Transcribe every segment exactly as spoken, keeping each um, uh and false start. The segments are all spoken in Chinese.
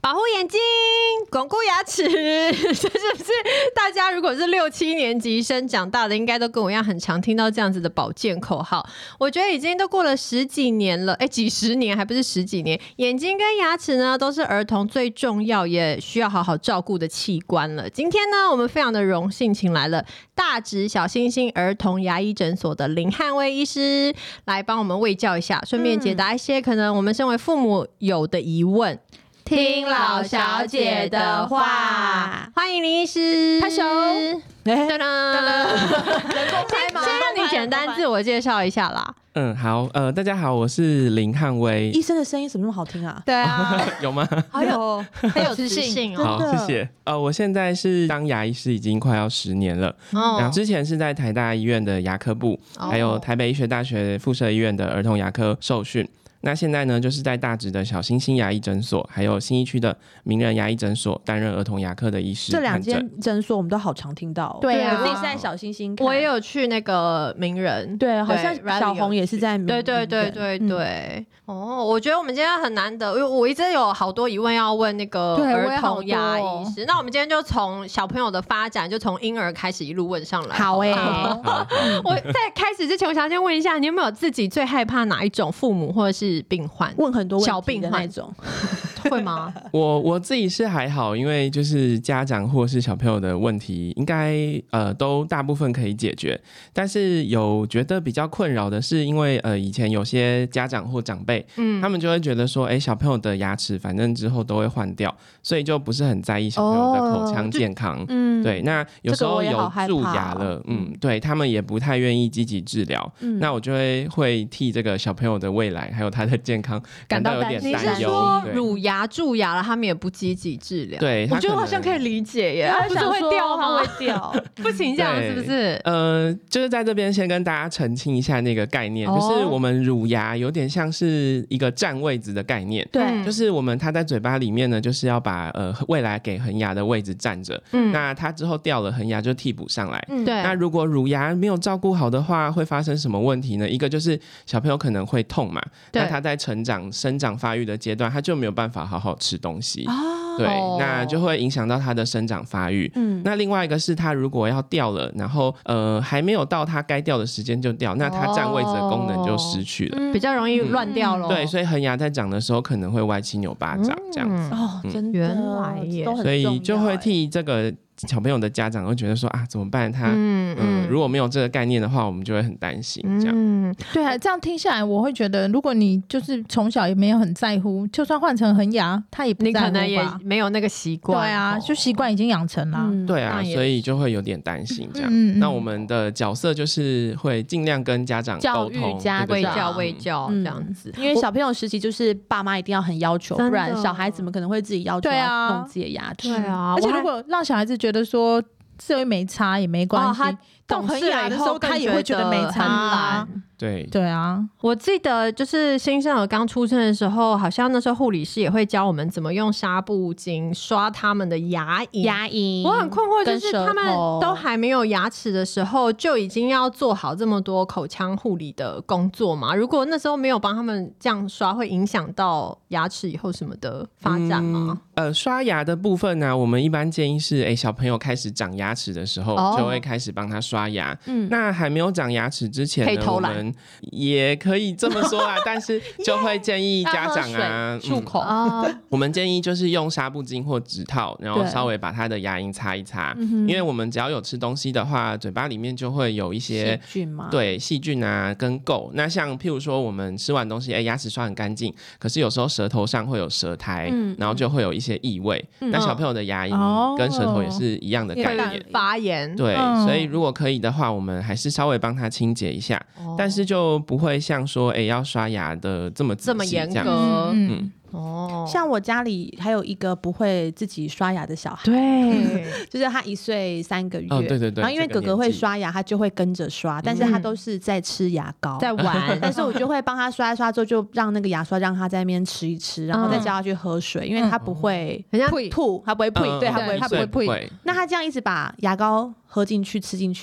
保护眼睛，巩固牙齿，这是不是大家如果是六七年级生长大的，应该都跟我一样很常听到这样子的保健口号？我觉得已经都过了十几年了，哎，几十年还不是十几年。眼睛跟牙齿呢，都是儿童最重要也需要好好照顾的器官了。今天呢，我们非常的荣幸，请来了大直小星星儿童牙医诊所的林汉威医师来帮我们卫教一下，顺便解答一些可能我们身为父母有的疑问。 听老小姐的话， 欢迎林医师， 拍手。 噔噔，人工拍吗？先让你简单自我介绍一下啦。 嗯，好，呃，大家好，我是林汉威。 医生的声音怎么那么好听啊？ 对啊， 有吗？ 好有，很有磁性哦。 好，谢谢。呃，我现在是当牙医师已经快要十年了。哦。然后之前是在台大医院的牙科部，哦、还有台北医学大学附设医院的儿童牙科受训。那现在呢，就是在大直的小星星牙医诊所，还有信义区的名人牙医诊所担任儿童牙科的医师。 这两间诊所我们都好常听到、哦。 对啊， 我自己是在小星星看， 我也有去那个名人。 对，好像小红也是在名人。 对对对对对。嗯、哦，我觉得我们今天很难得，因为我一直有好多疑问要问那个儿童牙医师。那我们今天就从小朋友的发展，就从婴儿开始一路问上来。 好哎、欸。 我在开始之前，我想先问一下，你有没有自己最害怕哪一种父母或者是病患？ 问很多小病的那种会吗？ 我我自己是还好，因为就是家长或是小朋友的问题，应该呃都大部分可以解决。但是有觉得比较困扰的是，因为呃以前有些家长或长辈，嗯，他们就会觉得说，哎、欸，小朋友的牙齿反正之后都会换掉，所以就不是很在意小朋友的口腔健康。哦、嗯，对。那有时候有蛀牙了，这个、嗯，对他们也不太愿意积极治疗。嗯，那我就会会替这个小朋友的未来还有他的健康感到有点担忧。 你是说乳牙蛀牙了，他们也不积极治疗？ 对， 我觉得我好像可以理解耶。 他不是会掉吗？ 会掉， 不行这样是不是？ 呃，就是在这边先跟大家澄清一下那个概念，哦、就是我们乳牙有点像是一个占位置的概念。 对， 就是我们它在嘴巴里面呢，就是要把呃未来给恒牙的位置占着。嗯，那它之后掉了恒牙就替补上来。嗯，对。那如果乳牙没有照顾好的话，会发生什么问题呢？一个就是小朋友可能会痛嘛，那他在成长、生长发育的阶段，他就没有办法好好吃东西。哦，对，那就会影响到他的生长发育。嗯，那另外一个是他如果要掉了，然后呃还没有到他该掉的时间就掉，那他占位置的功能就失去了， 嗯、比较容易乱掉咯、 嗯。对，所以恒牙在长的时候可能会歪七扭八长这样子。 嗯、哦，真的， 原来耶， 所以就会替这个小朋友的家长会觉得说啊，怎么办？他嗯嗯，如果没有这个概念的话，我们就会很担心这样。 嗯，对啊，这样听下来，我会觉得，如果你就是从小也没有很在乎，就算换成恒牙，他也不在乎吧， 你可能也没有那个习惯。 对啊，就习惯已经养成了。 嗯、对啊，所以就会有点担心这样。嗯、那我们的角色就是会尽量跟家长沟通， 家卫教卫教这样子。 因为小朋友时期就是爸妈一定要很要求，不然小孩怎么可能会自己要求要弄自己的牙齿？ 对啊， 而且如果让小孩子觉得说这又没差也没关系， 懂事了以后他也会觉得没差。 对对啊， 我记得就是新生儿刚出生的时候，好像那时候护理师也会教我们怎么用纱布巾刷他们的牙龈。 牙龈， 我很困惑，就是他们都还没有牙齿的时候，就已经要做好这么多口腔护理的工作嘛？如果那时候没有帮他们这样刷，会影响到牙齿以后什么的发展吗？ 嗯、呃，刷牙的部分呢、啊，我们一般建议是，哎，小朋友开始长牙齿的时候，哦、就会开始帮他刷牙。嗯，那还没有长牙齿之前呢，我们也可以这么说啊，但是就会建议家长啊漱口、 嗯嗯、我们建议就是用纱布巾或指套，然后稍微把他的牙龈擦一擦，因为我们只要有吃东西的话，嘴巴里面就会有一些细菌嘛， 对，细菌啊跟垢。那像譬如说我们吃完东西，哎，牙齿刷很干净，可是有时候舌头上会有舌苔、嗯、然后就会有一些异味、嗯、那小朋友的牙龈跟舌头也是一样的概念， 发炎。 对、嗯、所以如果可以的话，我们还是稍微帮他清洁一下、哦、但是就不会像说哎要刷牙的这么仔细这么严格。 嗯嗯哦，像我家里还有一个不会自己刷牙的小孩， 对， 就是他一岁三个月、 哦、对对对， 然后因为哥哥会刷牙，他就会跟着刷、嗯、但是他都是在吃牙膏在玩但是我就会帮他刷一刷之后，就让那个牙刷让他在那边吃一吃，然后再叫他去喝水、嗯、因为他不会吐、嗯、他不会吐、嗯、对他不会他不会吐，那他这样一直把牙膏喝进去吃进去，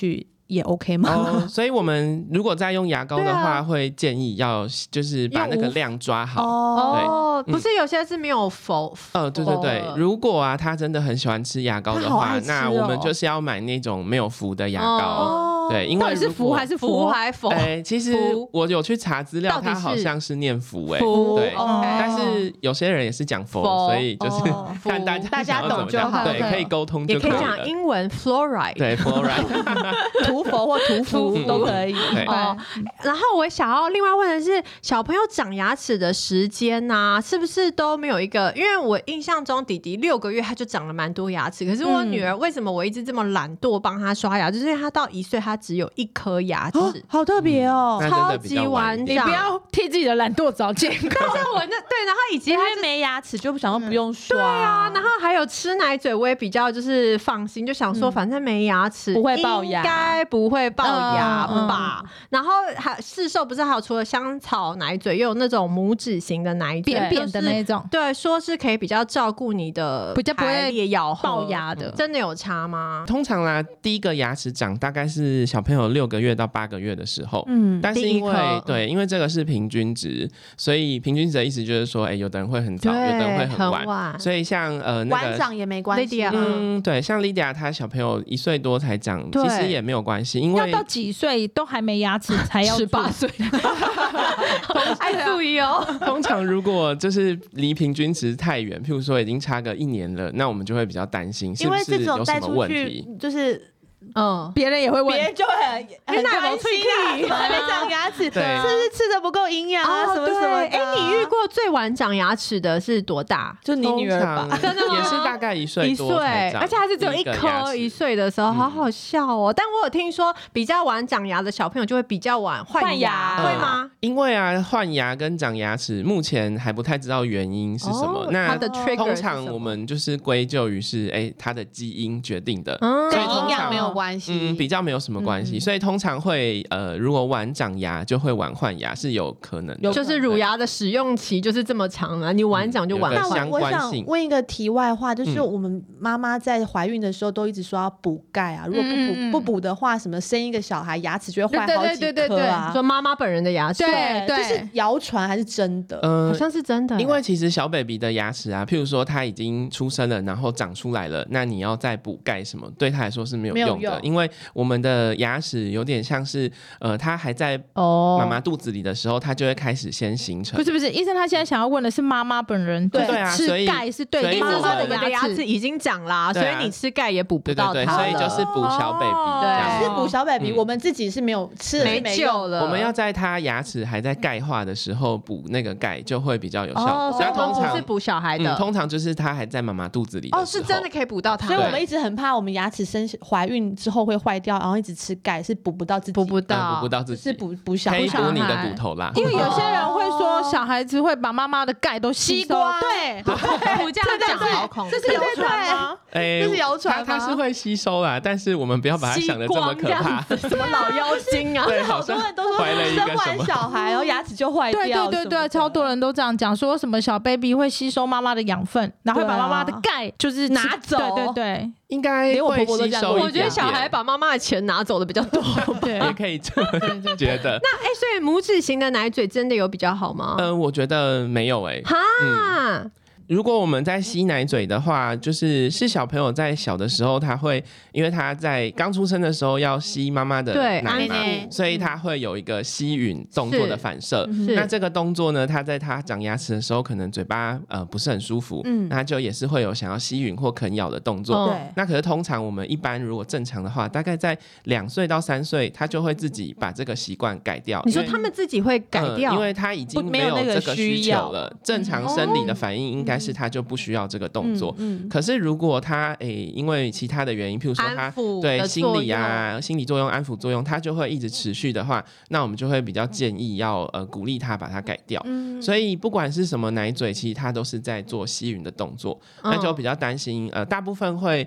也 OK 吗？ 哦，所以我们如果在用牙膏的话， 啊、 会建议要就是把那个量抓好。 哦， 对， 不是有些是没有否？ 呃，对对对，如果啊他真的很喜欢吃牙膏的话， 哦、 那我们就是要买那种没有氟的牙膏。哦、对，因为是氟还是氟还氟？ 哎，其实我有去查资料，它好像是念氟哎，对， 哦、 但是有些人也是讲氟，所以就是看大家大家懂就好， 对，可以沟通就可以了。 也可以讲英文 fluoride， 对 fluoride， 涂氟或涂氟都可以。 哦，然后我想要另外问的是，小朋友长牙齿的时间呐、啊，是不是都没有一个？因为我印象中弟弟六个月他就长了蛮多牙齿，可是我女儿为什么我一直这么懒惰帮她刷牙，就是因为她到一岁她只有一颗牙齿、哦， 好特别哦、 嗯， 超级完整。 你不要替自己的懒惰找借口。 但是我那对，然后以及因为没牙齿就想说不用刷、 嗯，对啊，然后还有吃奶嘴，我也比较就是放心，就想说反正没牙齿、嗯、 不会龅牙， 应该不会龅牙吧。 嗯嗯、 然后还市售不是还有除了香草奶嘴，又有那种拇指型的奶嘴， 扁扁的那种， 就是、对，说是可以比较照顾你的比较不会裂咬龅牙的、 嗯，真的有差吗？ 通常啦，第一个牙齿长大概是小朋友六个月到八个月的时候，嗯，但是因为对，因为这个是平均值，所以平均值的意思就是说，哎、欸，有的人会很早，有的人会很晚， 很晚所以像呃那个晚长也没关系， 嗯，对，像 Lydia 她小朋友一岁多才长，其实也没有关系，因为要到几岁都还没牙齿才要十八岁，爱注意哦。 通常如果就是离平均值太远，譬如说已经差个一年了，那我们就会比较担心是不是有什么问题， 就是。 嗯，别人也会问， 别人就会很很担心啊，还没长牙齿，是不是吃的不够营养啊？什么什么？ 哎，你遇过最晚长牙齿的是多大？ 就你女儿吧？ 真的吗？ 也是大概一岁多才长， 而且还是只有一颗。一岁的时候，好好笑哦。但我有听说，比较晚长牙的小朋友就会比较晚换牙，会吗？ 因为啊，换牙跟长牙齿目前还不太知道原因是什么。那它的 trigger 通常我们就是归咎于是哎，它的基因决定的， 跟营养没有关系。 嗯，比较没有什么关系，嗯、所以通常会呃，如果晚长牙就会晚换牙是有可能的， 就是乳牙的使用期就是这么长啊，你晚长就晚换。 相关性。 我想问一个题外话，就是我们妈妈在怀孕的时候都一直说要补钙啊，如果不补、嗯、不补的话，什么生一个小孩牙齿就会坏好几颗啊。对对对对对， 说妈妈本人的牙齿， 对对，这是谣传还是真的？ 呃， 好像是真的， 因为其实小 baby 的牙齿啊，譬如说他已经出生了，然后长出来了，那你要再补钙什么，对他来说是没有用的，用因为我们的牙齿有点像是呃，他还在妈妈肚子里的时候，他就会开始先形成。 不是不是，医生他现在想要问的是妈妈本人对啊， 吃钙是对妈妈的牙齿已经长啦，所以你吃钙也补不到它。 对对对，所以就是补小 baby， 对，是补小 baby，我们自己是没有吃没救了。 我们要在他牙齿还在钙化的时候补那个钙，就会比较有效果。 所以通常是补小孩的， 通常就是他还在妈妈肚子里的时候。 哦，是真的可以补到他。 所以我们一直很怕我们牙齿生怀孕之后会坏掉，然后一直吃钙是补不到自己， 补不到， 补不到自己， 是补补小孩， 可以补你的骨头啦。 因为有些人会说小孩子会把妈妈的钙都吸收，对， 我这样讲好恐怖， 这是谣传吗？ 哎， 这是谣传吗？ 它是会吸收啦，但是我们不要把它想的这么可怕， 什么老妖精啊？ 对，好多人都说生完小孩然后牙齿就坏掉， 对对对对，超多人都这样讲，说什么小 baby 会吸收妈妈的养分，然后会把妈妈的钙就是拿走， 对对对。 应该连我婆婆都讲过， 我觉得小孩把妈妈的钱拿走的比较多， 对，也可以这么觉得。 那哎、欸，所以拇指型的奶嘴真的有比较好吗？ 嗯、呃，我觉得没有哎、欸。 哈。 嗯如果我们在吸奶嘴的话，就是是小朋友在小的时候，他会因为他在刚出生的时候要吸妈妈的奶嘛，所以他会有一个吸吮动作的反射。那这个动作呢，他在他长牙齿的时候，可能嘴巴呃不是很舒服，嗯，那就也是会有想要吸吮或啃咬的动作。 对， 那可是通常我们一般如果正常的话，大概在两岁到三岁，他就会自己把这个习惯改掉。 你说他们自己会改掉， 呃、因为他已经没有这个需求了。正常生理的反应应该是他就不需要这个动作。嗯嗯、可是如果他诶、欸、因为其他的原因，譬如说他对心理啊、心理作用、安抚作用，他就会一直持续的话，那我们就会比较建议要呃鼓励他把它改掉。嗯、所以不管是什么奶嘴，其实他都是在做吸吮的动作，嗯、那就比较担心呃大部分会。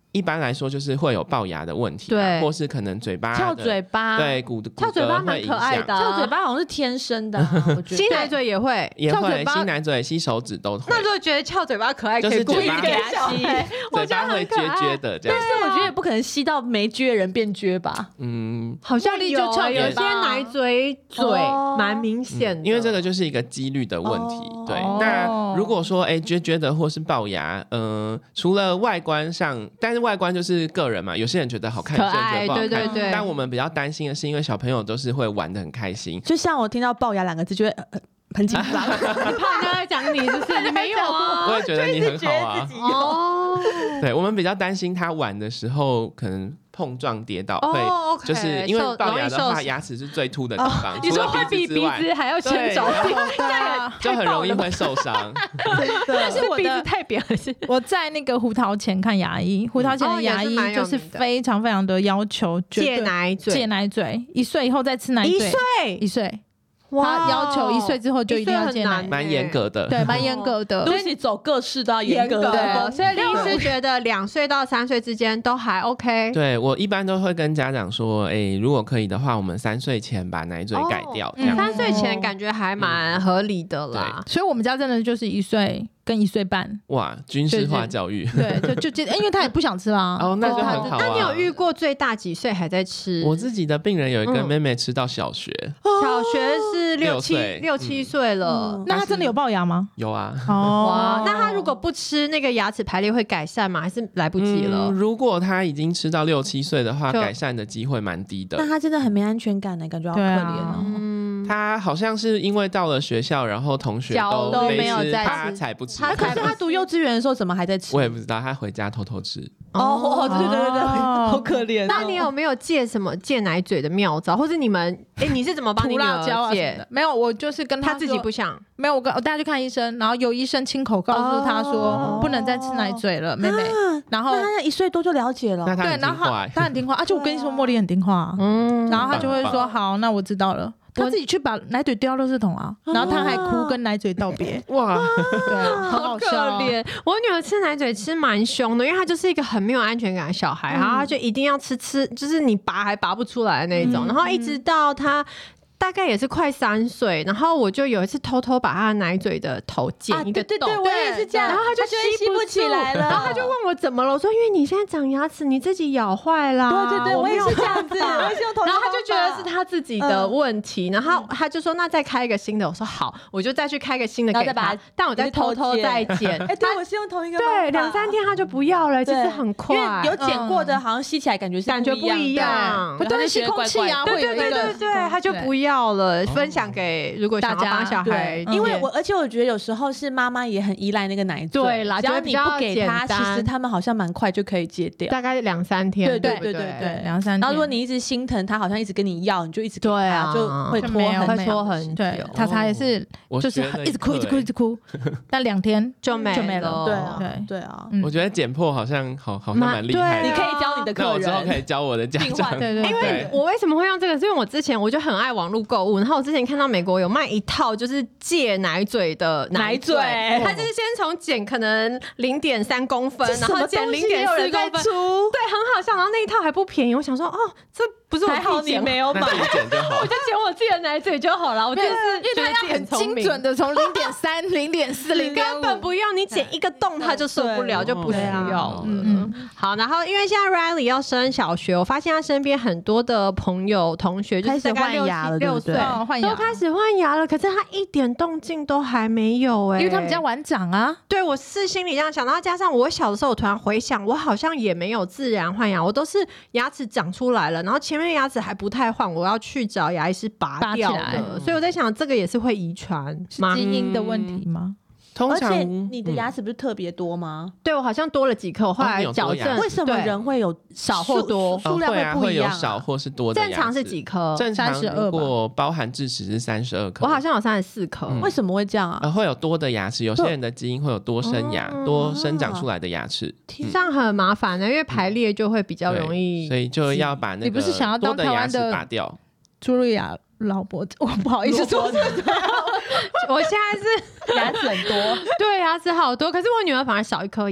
一般来说就是会有龅牙的问题、啊， 对， 或是可能嘴巴翘嘴巴， 对骨翘嘴巴蛮可爱的、啊， 翘嘴巴好像是天生的、啊，我觉得。 吸奶嘴也会， 也会，吸奶嘴、吸手指都会。 那如果觉得翘嘴巴可爱， 就是可以故意给他吸， 嘴巴会撅撅的这样。 但是我觉得也不可能吸到没撅人变撅吧？ 嗯， 好像有就翘有些奶嘴嘴蛮明显的、 嗯，因为这个就是一个几率的问题。哦、对，那如果说哎撅撅的或是龅牙，嗯、呃，除了外观上，但是外观就是个人嘛，有些人觉得好看，有些人觉得不好看。对对对。但我们比较担心的是，因为小朋友都是会玩得很开心， 就像我听到龅牙两个字，就会、呃、很紧张。 你怕人家在讲你，是不是？你没有啊？ 我也觉得你很好啊。 哦， 对，我们比较担心他玩的时候可能碰撞跌倒，会、 oh, okay, 就是因为龅牙的话，牙齿是最凸的地方， 你说会比鼻子还要先着地， 就很容易会受伤。 但是我鼻子太扁了，是我在那个胡桃钳看牙医，胡桃钳的牙医就是非常非常的要求戒奶嘴， 戒奶嘴，一岁以后再吃奶嘴， 一岁一岁。他要求一岁之后就一定要戒奶， 蛮严格的， 对，蛮严格的。 对不起，走各式都要严格的。 所以林医师觉得两岁到三岁之间都还 OK。 对，我一般都会跟家长说，哎、欸，如果可以的话，我们三岁前把奶嘴改掉。哦、这样三岁前感觉还蛮合理的啦、 嗯。 所以我们家真的就是一岁。跟一岁半， 哇，军事化教育， 对，就就因为他也不想吃啦。 哦，那就很好、啊。 那你有遇过最大几岁还在吃？ 我自己的病人有一个妹妹吃到小学， 嗯、小学是六七六七岁了、 嗯，那他真的有龅牙吗？ 有啊。 哦， 哇，那他如果不吃，那个牙齿排列会改善吗？还是来不及了？ 嗯、如果他已经吃到六七岁的话，改善的机会蛮低的。 那他真的很没安全感呢，感觉好可怜哦。 嗯， 他好像是因为到了学校，然后同学都都没有在吃， 他才不吃。 他可是他读幼稚园的时候怎么还在吃？ 我也不知道，他回家偷偷吃。 哦，对对对对，好可怜、哦。 那你有没有戒什么戒奶嘴的妙招，或者你们哎、欸，你是怎么帮你女儿戒、 啊？没有，我就是跟他自己不想。 没有，我跟我带他去看医生，然后有医生亲口告诉他说、哦、不能再吃奶嘴了，妹妹。啊、然后那他一岁多就了解了， 那他很听话、 欸，对，然后他很听话啊。就我跟你说，茉莉很听话，嗯，然后他就会说好，那我知道了。他自己去把奶嘴丢到垃圾桶啊，然后他还哭跟奶嘴道别， 哇， 对啊，好好笑、哦。 可怜，我女儿吃奶嘴吃蛮凶的，因为她就是一个很没有安全感的小孩，嗯、然后她就一定要吃吃，就是你拔还拔不出来的那种，嗯、然后一直到她。大概也是快三岁，然后我就有一次偷偷把他的奶嘴的头剪一个洞， 啊、对, 对, 对我也是这样， 然后他就吸不起来了，然后他就问我怎么了，我说因为你现在长牙齿，你自己咬坏啦。 对对对，我也是这样子，我也是用头。 然后他就觉得是他自己的问题，嗯、然后他就说那再开一个新的，我说好，我就再去开一个新的给他，但我再偷偷再剪。 哎，对，我是用同一个方法，对，两三天他就不要了，其实很快， 因为有剪过的，好像吸起来感觉是感觉不一样， 不对，吸空气啊， 对对对对对，他就不要了，分。想给如果想要帮小孩， 因为我而且我觉得有时候是妈妈也很依赖那个奶嘴， 对啦， 只要你不给他，其实他们好像蛮快就可以戒掉， 大概两三天， 对对对对对， 两三天。 然后如果你一直心疼他，好像一直跟你要，你就一直给他， 对啊， 就会拖很会拖很久。 他他也是就是一直哭一直哭一直哭，但两天就没就没了。 对啊对对啊， 我觉得剪破好像好好像蛮厉害的， 你可以教你的客人， 我之后可以教我的家长。 对对，因为我为什么会用这个？是因为我之前我就很爱网络购物，然后我之前看到美国有卖一套就是戒奶嘴的奶嘴，它就是先从剪可能零点三公分，然后剪零点四公分，对，很好笑。然后那一套还不便宜，我想说哦，这不是我自己剪， 没有买， 我就剪我自己的奶嘴就好了。我就是因为它要很精准的从零点三、零点四、零根本不用你剪一个洞，它就受不了，就不需要。嗯，好。然后因为现在 Riley 要升小学，我发现他身边很多的朋友同学就是大概六六岁都开始换牙了，可是他一点动静都还没有哎、欸， 因为他们家晚长啊。 对，我是心里这样想，然后加上我小的时候，我突然回想，我好像也没有自然换牙，我都是牙齿长出来了，然后前面牙齿还不太换，我要去找牙医师拔掉的，所以我在想，这个也是会遗传吗？ 基因的问题吗？ 通常而且你的牙齿不是特别多吗？ 嗯、对，我好像多了几颗，我后来矫正。 为什么人会有少或多？ 数量会不一样、啊会有少或是多的牙齿。 正常是几颗？ 正常如果包含智齿是三十二颗， 我好像有三十四颗。 嗯、为什么会这样啊、 呃？会有多的牙齿，有些人的基因会有多生牙、哦、多生长出来的牙齿， 这样很麻烦的，因为排列就会比较容易， 所以就要把那个多的牙齿拔掉。 茱莉亚老婆，我不好意思说， 我现在是牙齿很多， 对，牙齿好多，可是我女儿反而少一颗牙。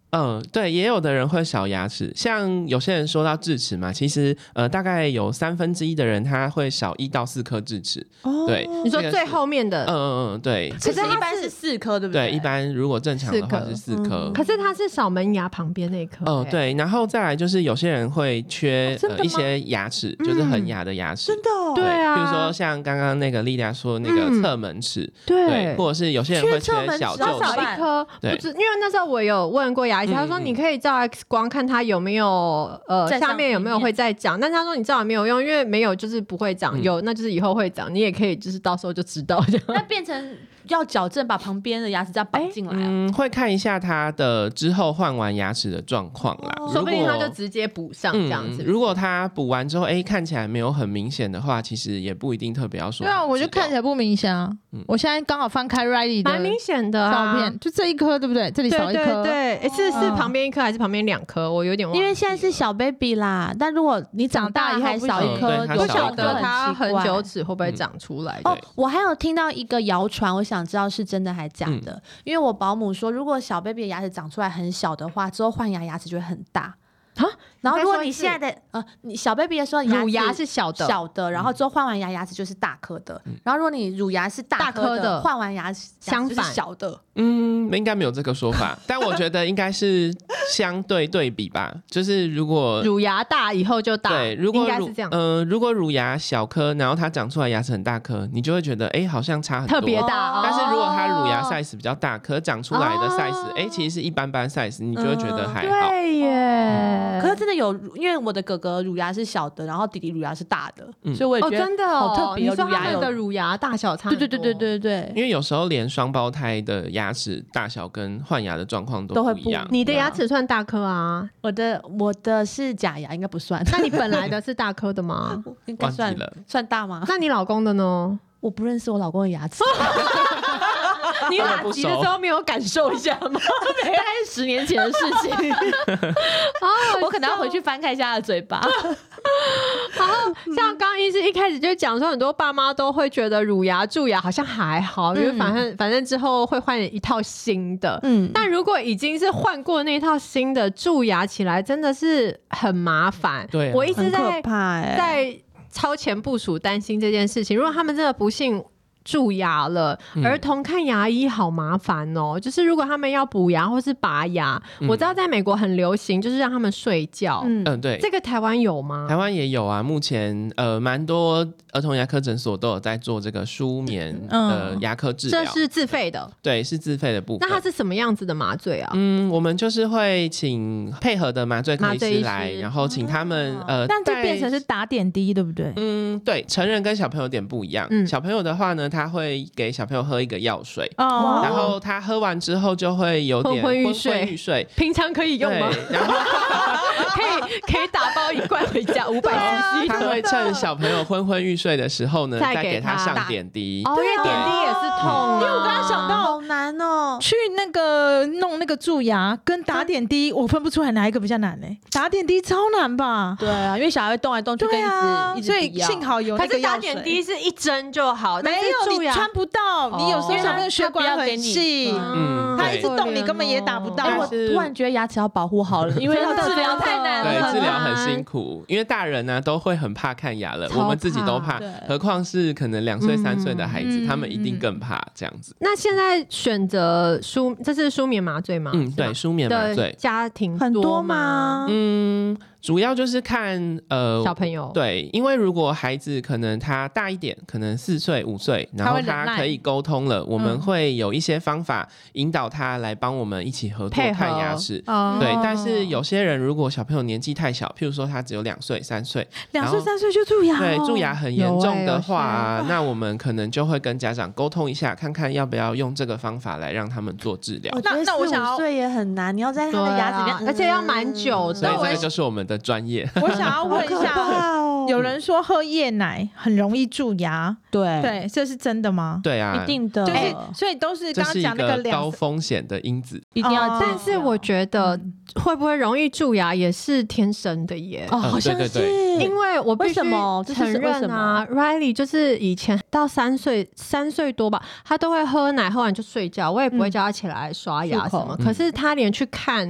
嗯，对，也有的人会少牙齿，像有些人说到智齿嘛，其实呃大概有三分之一的人他会少一到四颗智齿。哦，对， 你说最后面的， 嗯嗯嗯，对。 可是一般是四颗，对不对？ 对，一般如果正常的话是四颗。 嗯、可是它是少门牙旁边那一颗。 哦、呃，对，然后再来就是有些人会缺、 哦、 呃一些牙齿，就是恒牙的牙齿。 真的、哦？ 对啊， 比如说像刚刚那个莉莉说那个侧门齿、嗯， 对， 或者是有些人会缺小臼齿， 少一颗。不是，因为那时候我有问过牙医，他说你可以照 X 光看它有没有呃下面有没有会再长，但是他说你照也没有用，因为没有就是不会长，嗯、有那就是以后会长，你也可以就是到时候就知道这样。 那变成要矫正，把旁边的牙齿再绑进来、啊。 嗯，会看一下他的之后换完牙齿的状况啦， 哦、说不定他就直接补上这样子。 嗯、如果他补完之后，哎，看起来没有很明显的话，其实也不一定特别要说。 对啊，我就看起来不明显啊。嗯、我现在刚好翻开 Riley 的， 蛮明显的照片，啊、就这一颗对不对？这里少一颗， 对对对，是是旁边一颗还是旁边两颗？我有点忘记。 因为现在是小 baby 啦，但如果你长大以后还少一颗， 不晓得它恒久齿会不会长出来。 哦，我还有听到一个谣传，我想知道是真的还假的。嗯、因为我保姆说，如果小 baby 的牙齿长出来很小的话，之后换牙牙齿就会很大。啊，然后如果你现在的呃，你小 baby 的时候乳牙是小的， 小的，然后之后换完牙牙齿就是大颗的，嗯、然后如果你乳牙是大颗的，换完牙齿相反小的。 嗯，应该没有这个说法，但我觉得应该是相对对比吧，就是如果乳牙大以后就大， 对，如果应该是这样。 呃，如果乳牙小颗，然后它长出来牙齿很大颗，你就会觉得哎、欸，好像差很多， 特别大。 但是如果它乳牙 size 比较大，可长出来的 size 哎、哦欸，其实是一般般 size， 你就会觉得还好。 对耶、 嗯，可是真的有，因为我的哥哥乳牙是小的，然后弟弟乳牙是大的，嗯、所以我也觉得哦，真的好特别。 你说他们的乳牙大小差很多， 对对对对对对。 因为有时候连双胞胎的牙齿大小跟换牙的状况都不一样。 你的牙齿算大颗啊？ 我的我的是假牙，应该不算。 那你本来的是大颗的吗？ 应该算算大吗？ 那你老公的呢？ 我不认识我老公的牙齿。 你打击的时候没有感受一下吗？ 大概是十年前的事情。我可能要回去翻看一下他的嘴巴。 然后像刚刚医师一开始就讲说，很多爸妈都会觉得乳牙蛀牙好像还好，嗯、因为反正反正之后会换一套新的。嗯，但如果已经是换过那套新的，蛀牙起来真的是很麻烦。 对、啊， 我一直在很可怕欸、 在超前部署担心这件事情。如果他们真的不幸蛀牙了，儿童看牙医好麻烦哦、喔。就是如果他们要补牙或是拔牙，嗯、我知道在美国很流行，就是让他们睡觉。 嗯，嗯对， 这个台湾有吗？ 台湾也有啊，目前呃蛮多儿童牙科诊所都有在做这个舒眠的牙科治疗、嗯， 这是自费的。 对，是自费的部分。 那它是什么样子的麻醉啊？ 嗯，我们就是会请配合的麻醉科医师来，然后请他们、哦、呃， 但这变成是打点滴，对不对？ 嗯，对，成人跟小朋友有点不一样。嗯，小朋友的话呢，他会给小朋友喝一个药水，哦，然后他喝完之后就会有点昏昏欲睡， 欲睡平常可以用吗？ 然后可以可以打包一罐回家，五百 C C。 他会趁小朋友昏昏欲睡的时候呢，再给他上点滴。 哦，因为点滴也是痛、啊， 因为我刚刚想到好难哦， 去那个弄那个蛀牙跟打点滴，我分不出来哪一个比较难呢、欸？打点滴超难吧？ 对啊，因为小孩会动来动去，跟一直、啊、一直所以幸好有那个药水。 可是打点滴是一针就好， 没有你穿不到，哦、你有时候小朋友血管很细， 嗯， 他一直动你根本也打不到。 欸、我突然觉得牙齿要保护好了，因为要治疗太难了， 对，治疗很辛苦，因为大人呢、啊、都会很怕看牙了，我们自己都怕，何况是可能两岁三岁的孩子、嗯，他们一定更怕这样子。 那现在选择舒，这是舒眠麻醉吗？ 嗯，对，舒眠麻醉家庭很多吗？ 嗯。主要就是看呃小朋友， 对，因为如果孩子可能他大一点，可能四岁五岁，然后他可以沟通了，我们会有一些方法引导他来帮我们一起合作看牙齿。对，但是有些人如果小朋友年纪太小，譬如说他只有两岁三岁， 两岁三岁就蛀牙、哦， 对，蛀牙很严重的话、啊欸，那我们可能就会跟家长沟通一下，看看要不要用这个方法来让他们做治疗。 那那我想五岁也很难，你要在他的牙齿里面、 啊，而且要蛮久的。 所以这个就是我们的专业。 我想要问一下，哦、有人说喝夜奶很容易蛀牙， 对对，这是真的吗？ 对啊， 一定的， 就是所以都是刚刚讲那个高风险的因子， 一定要、哦。 但是我觉得会不会容易蛀牙也是天生的耶？ 哦，好像是， 对对对， 因为我必须承认啊 ，Riley 就是以前到三岁三岁多吧，他都会喝奶，喝完就睡觉，我也不会叫他起来刷牙什么。嗯、可是他连去看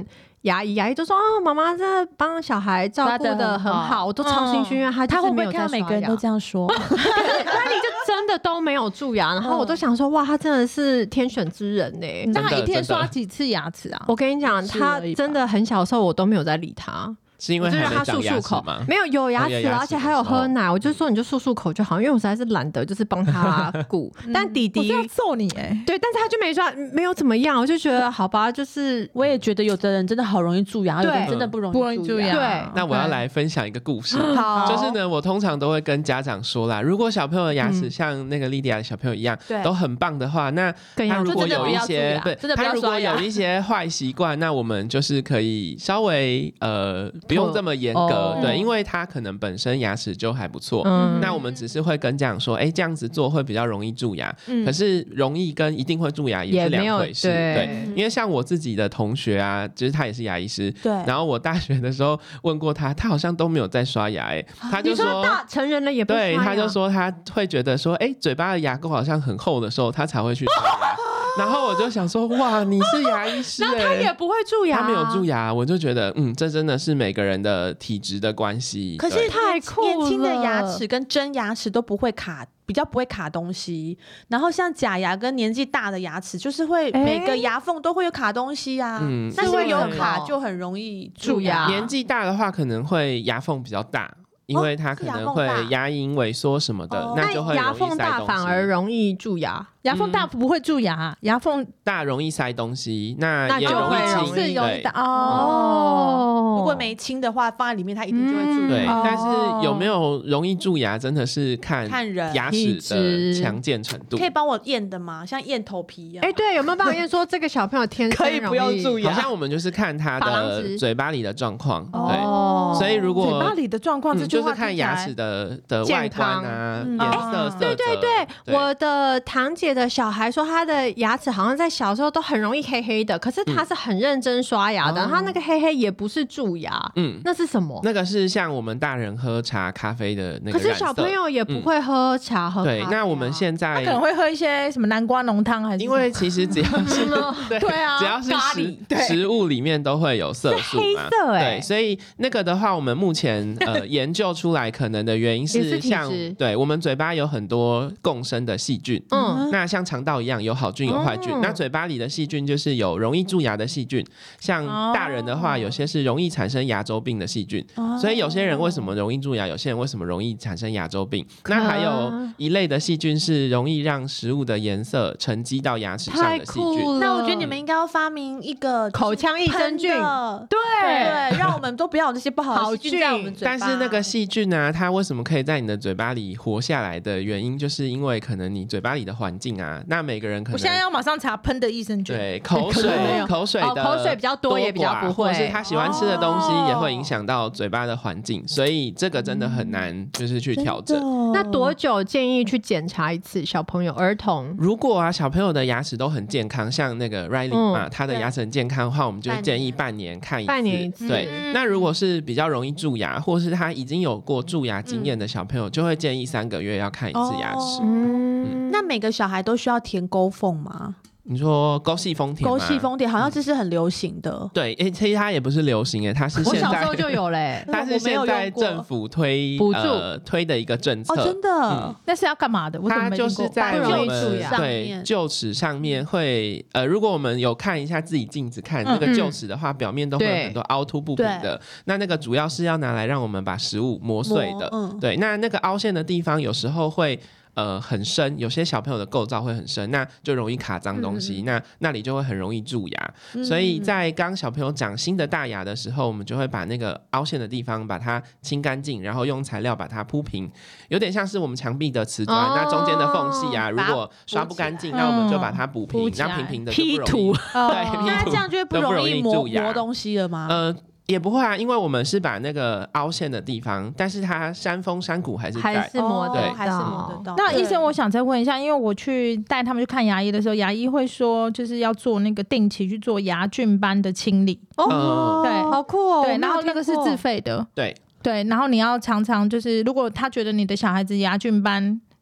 牙医，牙医就说啊，妈妈真的帮小孩照顾的很好，我都超心虚，因为他他会不会就是没有在刷牙。 看到每个人都这样说？ 那你就真的都没有蛀牙，然后我都想说，哇，他真的是天选之人呢、欸。 那他一天刷几次牙齿啊？ 我跟你讲，他真的很小的时候，我都没有在理他。 是因为还没长牙齿吗？ 没有有牙齿了，而且还有喝奶。我就说你就漱漱口就好，因为我实在是懒得就是帮他顾。但弟弟我要揍你哎、欸！ 对，但是他就没刷，没有怎么样。我就觉得好吧，就是我也觉得有的人真的好容易蛀牙，有的人真的不容易不容易蛀牙。 对， 那我要来分享一个故事。 好， 就是呢，我通常都会跟家长说啦，如果小朋友的牙齿像那个莉迪亚的小朋友一样，都很棒的话，那他如果有一些对，他如果有一些坏习惯，那我们就是可以稍微呃不用这么严格。哦、对，因为他可能本身牙齿就还不错，嗯、那我们只是会跟家长说，哎、欸，这样子做会比较容易蛀牙。嗯、可是容易跟一定会蛀牙也是两回事。对，对，因为像我自己的同学啊，就是他也是牙医师，对。然后我大学的时候问过他，他好像都没有在刷牙、欸，哎，他就说， 你说大成人了也不刷牙， 对，他就说他会觉得说，哎、欸，嘴巴的牙垢好像很厚的时候，他才会去刷牙。然后我就想说，哇，你是牙医师、欸， 那他也不会蛀牙， 他没有蛀牙，我就觉得，嗯，这真的是每个人的体质的关系。 可是太酷了， 年轻的牙齿跟真牙齿都不会卡，比较不会卡东西。然后像假牙跟年纪大的牙齿，就是会每个牙缝都会有卡东西啊。嗯，但是有卡就很容易蛀牙。 年纪大的话，可能会牙缝比较大。因为它可能会牙龈萎缩什么的，哦、那就会容易塞东西。 牙缝大反而容易蛀牙， 牙缝大不会蛀牙，嗯、牙缝大容易塞东西，那也容易清。 对哦，如果没清的话，放在里面它一定就会蛀牙。 对，哦、但是有没有容易蛀牙，真的是看看人牙齿的强健程度。 可以帮我验的吗？像验头皮一样？ 哎，对，有没有帮我验说这个小朋友天生可以不用蛀牙？ 好像我们就是看他的嘴巴里的状况。 哦， 对，所以如果嘴巴里的状况，这句话就是看牙齿的的外观啊，颜色、色泽。 对对对，我的堂姐的小孩说，他的牙齿好像在小时候都很容易黑黑的，可是他是很认真刷牙的，他那个黑黑也不是蛀牙，嗯，那是什么？ 那个是像我们大人喝茶、咖啡的那个。 可是小朋友也不会喝茶、喝咖啡。 对，那我们现在他可能会喝一些什么南瓜浓汤，还是因为其实只要是对啊， 只要是食食物里面都会有色素嘛， 黑色哎， 对，所以那个的话，我们目前呃研究出来可能的原因是像对我们嘴巴有很多共生的细菌，嗯，那像肠道一样有好菌有坏菌，嗯、那嘴巴里的细菌就是有容易蛀牙的细菌，像大人的话，有些是容易产生牙周病的细菌，哦、所以有些人为什么容易蛀牙，有些人为什么容易产生牙周病？那还有一类的细菌是容易让食物的颜色沉积到牙齿上的细菌。 那我觉得你们应该要发明一个口腔益生菌， 对对，让我们都不要有那些不好的细菌在我们嘴巴。 但是那个细菌呢、啊，它为什么可以在你的嘴巴里活下来的原因，就是因为可能你嘴巴里的环境啊，那每个人可能我现在要马上查喷的益生菌， 对，口水口水的、 哦、口水比较多也比较不会， 或者是他喜欢吃的东西也会影响到嘴巴的环境，所以这个真的很难就是去调整。 嗯、那多久建议去检查一次小朋友儿童？ 如果啊小朋友的牙齿都很健康，像那个 Riley 嘛、嗯，他的牙齿很健康的话，我们就建议半年看一次。 半年一次。 对，嗯、那如果是比较容易蛀牙，或是他已经有过蛀牙经验的小朋友，嗯、就会建议三个月要看一次牙齿。哦、 嗯，那每个小孩都需要填沟缝吗？ 你说沟细丰田吗？ 沟细丰田好像这是很流行的。 嗯、对，欸，其实它也不是流行耶，它是现在我小时候就有嘞， 它是现在政府推补助、 呃、推的一个政策。 哦，真的？ 嗯、 那是要干嘛的？ 它就是在我们对臼齿上面会呃，如果我们有看一下自己镜子看、嗯、那个臼齿的话，表面都会有很多凹凸不平的。那那个主要是要拿来让我们把食物磨碎的。嗯、对，那那个凹陷的地方有时候会。呃，很深，有些小朋友的构造会很深，那就容易卡脏东西，嗯、那那里就会很容易蛀牙。嗯、所以在刚小朋友长新的大牙的时候，我们就会把那个凹陷的地方把它清干净，然后用材料把它铺平，有点像是我们墙壁的瓷砖，哦、那中间的缝隙啊，如果刷不干净，那我们就把它补平，那、嗯、平平的就不容易 P 图， 对， P 图那这样就会不容易磨磨东西了吗？ 呃。也不会啊，因为我们是把那个凹陷的地方，但是它山峰山谷还是在， 还是磨对， 还是磨得到。 那医生，我想再问一下，因为我去带他们去看牙医的时候，牙医会说就是要做那个定期去做牙菌斑的清理。 哦，对，好酷哦。 对，然后那个是自费的。 对对，然后你要常常就是，如果他觉得你的小孩子牙菌斑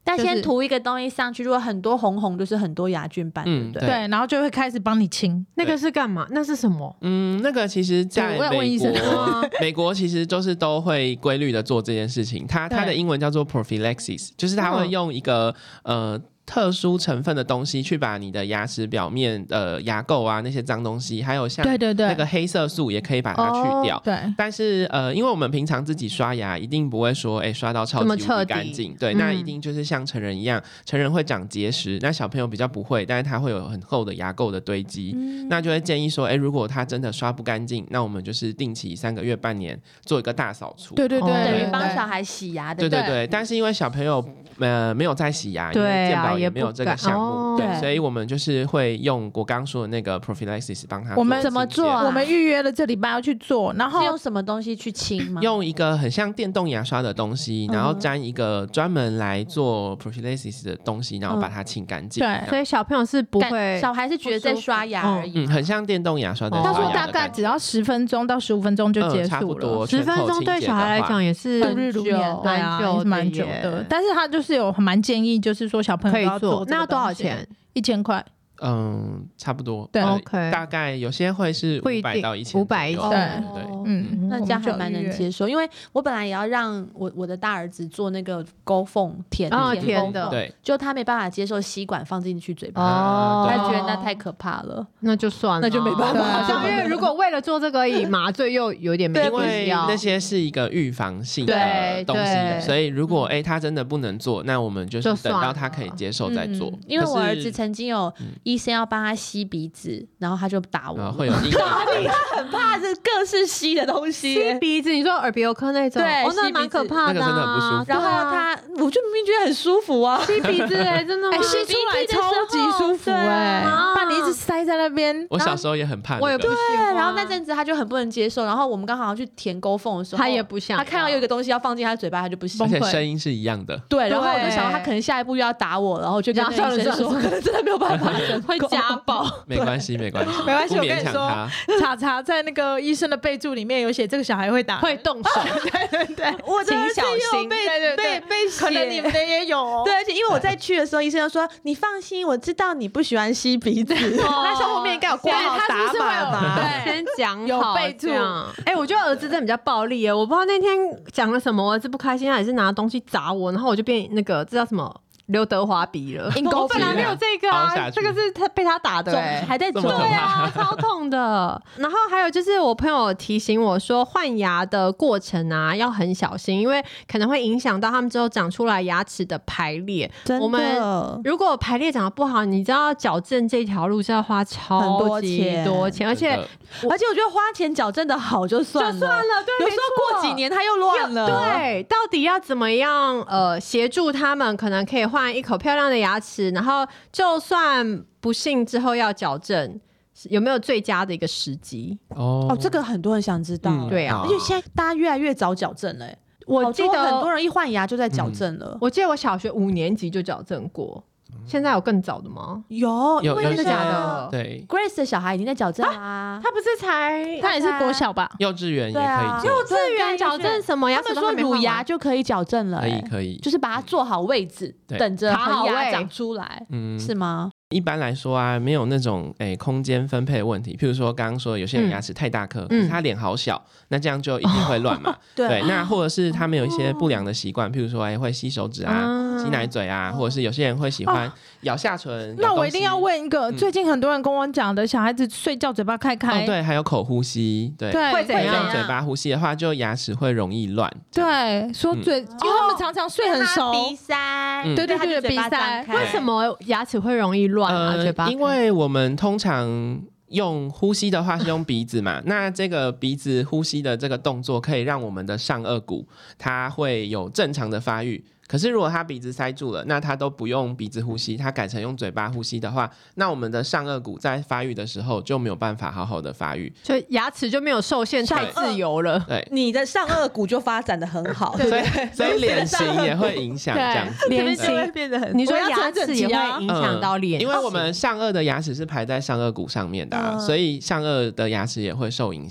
但先涂一个东西上去，如果很多红红就是很多牙菌斑， 嗯， 对不对？ 对，然后就会开始帮你清。 那个是干嘛？那是什么？ 嗯，那个其实在我要问美医生国，美国其实就是都会规律的做这件事情。它它的英文叫做 prophylaxis， 就是它会用一个、嗯、呃。特殊成分的东西去把你的牙齿表面呃牙垢啊那些脏东西，还有像对对对那个黑色素也可以把它去掉。 哦、对， 但是呃，因为我们平常自己刷牙一定不会说哎刷到超级无敌干净，对、嗯，那一定就是像成人一样，成人会长结石，那小朋友比较不会，但是他会有很厚的牙垢的堆积，嗯、那就会建议说，哎，如果他真的刷不干净，那我们就是定期三个月半年做一个大扫除。 对对对， 等于帮小孩洗牙的。 对对对，但是因为小朋友呃没有在洗牙，因为健保也没有这个项目。 哦、 对，所以我们就是会用我刚刚说的那个 prophylaxis 帮他做。 我们怎么做、啊？ 我们预约了这礼拜要去做，然后是用什么东西去清吗？ 用一个很像电动牙刷的东西，然后沾一个专门来做 prophylaxis 的东西，然后把它清干净。 对， 所以小朋友是不会， 小孩是觉得在刷牙而已。 嗯，很像电动牙刷的刷牙的。 他说大概只要十分钟到十五分钟就结束了，嗯、差不多。 十分钟对小孩来讲也是度日如年，对啊，也是蛮久的。但是他就是有蛮建议，就是说小朋友可以要做， 那要多少钱？ 一千块。 嗯，差不多。 对 ，OK， 大概有些会是五百到一千， 五百一千， 对对， 嗯，那这样还蛮能接受。因为我本来也要让我我的大儿子做那个勾缝甜甜的， 对， 就他没办法接受吸管放进去嘴巴， 哦， 他觉得那太可怕了， 那就算了， 那就没办法。 好像因为如果为了做这个以麻醉又有点没必要， 因为那些是一个预防性的东西，所以如果哎他真的不能做，那我们就是等到他可以接受再做。 因为我儿子曾经有医生要帮他吸鼻子，然后他就打我， 会有阴影， 他很怕是各式吸的东西。 吸鼻子，你说耳鼻喉科那种， 对， 哦，那蛮可怕的， 那个真的很不舒服。 然后他，我就明明觉得很舒服啊， 吸鼻子哎，真的吗？ 吸出来超级舒服哎，把你一直塞在那边。 我小时候也很怕， 我也不对。然后那阵子他就很不能接受，然后我们刚好要去填沟缝的时候， 他也不想， 他看到有一个东西要放进他嘴巴，他就不行， 而且声音是一样的。 对，然后我就想到他可能下一步又要打我，然后就跟那医生说，可能真的没有办法， 会家暴。 没关系，没关系， 没关系。我跟你说，查查在那个医生的备注里面有写，这个小孩会打， 会动手。 对对对， 我的儿子有被被被写， 可能你们也有哦。 对，而且因为我在去的时候，医生就说：“你放心，我知道你不喜欢吸鼻子。”他说后面应该有挂号打码吧？ 先讲好有备注。 哎，我觉得儿子真的比较暴力耶，我不知道那天讲了什么，我儿子不开心，他也是拿东西砸我，然后我就变那个这叫什么？刘德华鼻了，我本来没有这个啊，这个是他被他打的、欸， 还在肿， 对啊，超痛的。然后还有就是我朋友提醒我说，换牙的过程啊要很小心，因为可能会影响到他们之后长出来牙齿的排列。 真的， 我们如果排列长得不好，你知道矫正这条路是要花超级多钱，而且而且我觉得花钱矫正的好就算了， 就算了，对， 有时候过几年它又乱了， 对，到底要怎么样呃协助他们，可能可以换一口漂亮的牙齿，然后就算不幸之后要矫正，有没有最佳的一个时机？ 哦哦，这个很多人想知道，嗯、 对啊， 而且现在大家越来越早矫正了、欸， 我记得很多人一换牙就在矫正了、嗯。 我记得我小学五年级就矫正过。现在有更早的吗？ 有， 有， 真的假的？ 对 ，Grace 的小孩已经在矫正啦。 他不是才， 他也是国小吧？ 幼稚园也可以做。 幼稚园矫正什么？ 他们说乳牙就可以矫正了， 可以可以， 就是把它做好位置，等着恒牙长出来，嗯，是吗？ 一般来说啊，没有那种诶、欸、空间分配的问题。譬如说刚刚说有些人牙齿太大颗，嗯、可是他脸好小，那这样就一定会乱嘛。哦、对, 对，那或者是他们有一些不良的习惯，譬如说哎、欸、会吸手指啊、嗯、吸奶嘴啊，或者是有些人会喜欢咬下唇。哦、 那我一定要问一个，嗯、最近很多人跟我讲的，小孩子睡觉嘴巴开开， 哦、对，还有口呼吸，对， 对会怎样？ 用嘴巴呼吸的话，就牙齿会容易乱。 对，说嘴，嗯、因为他们常常睡很熟， 鼻塞， 嗯、对对对，鼻塞。 为什么牙齿会容易乱啊？ 呃、 嘴巴？ 因为我们通常用呼吸的话是用鼻子嘛，那这个鼻子呼吸的这个动作可以让我们的上颚骨它会有正常的发育。可是如果他鼻子塞住了，那他都不用鼻子呼吸，他改成用嘴巴呼吸的话，那我们的上颚骨在发育的时候就没有办法好好的发育， 所以牙齿就没有受限，太自由了。 对， 你的上颚骨就发展的很好， 所以所以脸型也会影响这样子， 脸型会变得很。 你说牙齿也会影响到脸、 嗯，因为我们上颚的牙齿是排在上颚骨上面的、啊，嗯、所以上颚的牙齿也会受影响。